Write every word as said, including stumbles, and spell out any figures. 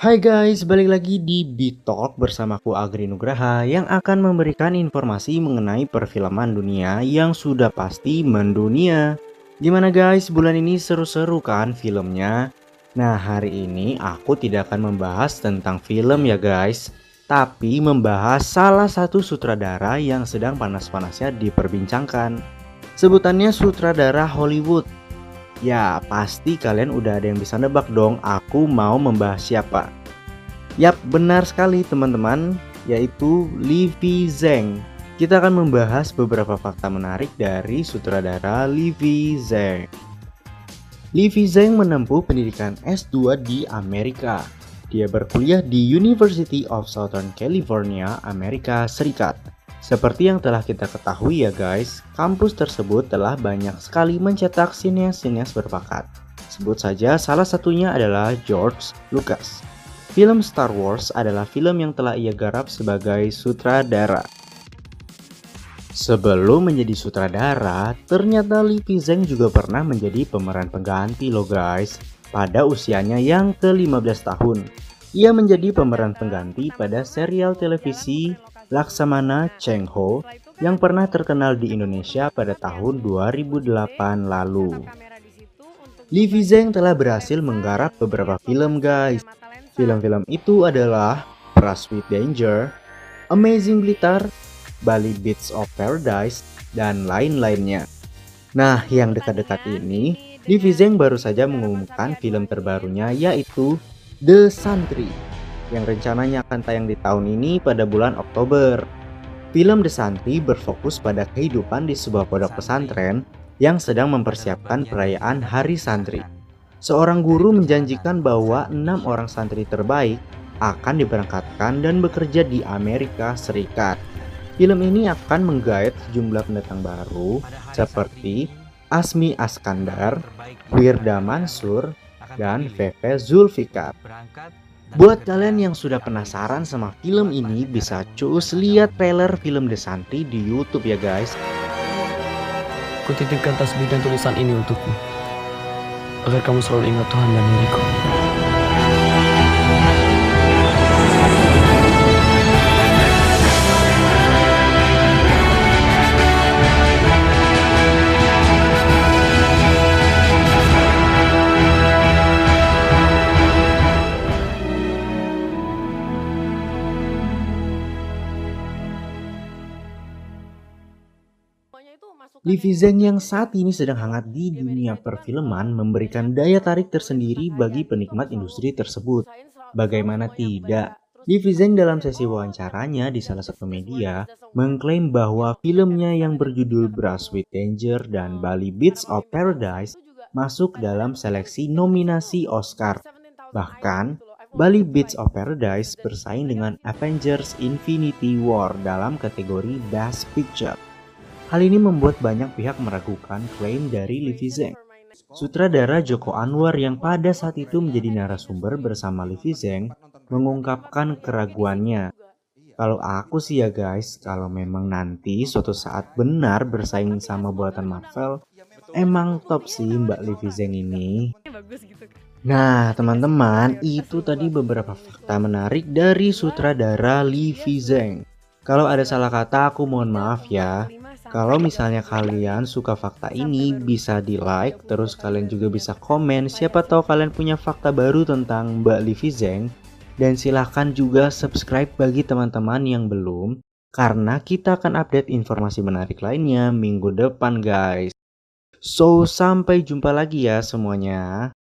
Hai guys, balik lagi di Bitalk bersamaku Agri Nugraha yang akan memberikan informasi mengenai perfilman dunia yang sudah pasti mendunia. Gimana guys, bulan ini seru-seru kan filmnya? Nah, hari ini aku tidak akan membahas tentang film ya guys, tapi membahas salah satu sutradara yang sedang panas-panasnya diperbincangkan. Sebutannya sutradara Hollywood. Ya, pasti kalian udah ada yang bisa nebak dong aku mau membahas siapa. Yap, benar sekali teman-teman, yaitu Livi Zeng. Kita akan membahas beberapa fakta menarik dari sutradara Livi Zeng. Livi Zeng menempuh pendidikan S dua di Amerika. Dia berkuliah di University of Southern California, Amerika Serikat. Seperti yang telah kita ketahui ya guys, kampus tersebut telah banyak sekali mencetak sinias-sinias berbakat. Sebut saja salah satunya adalah George Lucas. Film Star Wars adalah film yang telah ia garap sebagai sutradara. Sebelum menjadi sutradara, ternyata Livi Zeng juga pernah menjadi pemeran pengganti loh guys. Pada usianya yang ke lima belas tahun, ia menjadi pemeran pengganti pada serial televisi Laksamana Cheng Ho yang pernah terkenal di Indonesia pada tahun dua ribu delapan lalu. Livi Zeng telah berhasil menggarap beberapa film guys. Film-film itu adalah Brush with Danger, Amazing Glitter, Bali Beats of Paradise, dan lain-lainnya. Nah, yang dekat-dekat ini, Livi Zeng baru saja mengumumkan film terbarunya yaitu The Santri, yang rencananya akan tayang di tahun ini pada bulan Oktober. Film The Santri berfokus pada kehidupan di sebuah pondok pesantren yang sedang mempersiapkan perayaan Hari Santri. Seorang guru menjanjikan bahwa enam orang santri terbaik akan diberangkatkan dan bekerja di Amerika Serikat. Film ini akan menggait sejumlah pendatang baru seperti Asmi Askandar, Wirda Mansur, dan Feve Zulfikar. Buat kalian yang sudah penasaran sama film ini, bisa cus lihat trailer film The Santri di YouTube ya guys. Kutitipkan tasbih dan tulisan ini untukmu, agar kamu selalu ingat Tuhan dan diriku. Livi Zeng yang saat ini sedang hangat di dunia perfilman memberikan daya tarik tersendiri bagi penikmat industri tersebut. Bagaimana tidak? Livi Zeng dalam sesi wawancaranya di salah satu media mengklaim bahwa filmnya yang berjudul Brush with Danger dan Bali Beats of Paradise masuk dalam seleksi nominasi Oscar. Bahkan, Bali Beats of Paradise bersaing dengan Avengers Infinity War dalam kategori Best Picture. Hal ini membuat banyak pihak meragukan klaim dari Livi Zeng. Sutradara Joko Anwar yang pada saat itu menjadi narasumber bersama Livi Zeng mengungkapkan keraguannya. Kalau aku sih ya guys, kalau memang nanti suatu saat benar bersaing sama buatan Marvel, emang top sih Mbak Livi Zeng ini. Nah teman-teman, itu tadi beberapa fakta menarik dari sutradara Livi Zeng. Kalau ada salah kata aku mohon maaf ya. Kalau misalnya kalian suka fakta ini, bisa di like, terus kalian juga bisa komen. Siapa tahu kalian punya fakta baru tentang Mbak Livi Zeng. Dan silahkan juga subscribe bagi teman-teman yang belum, karena kita akan update informasi menarik lainnya minggu depan guys. So, sampai jumpa lagi ya semuanya.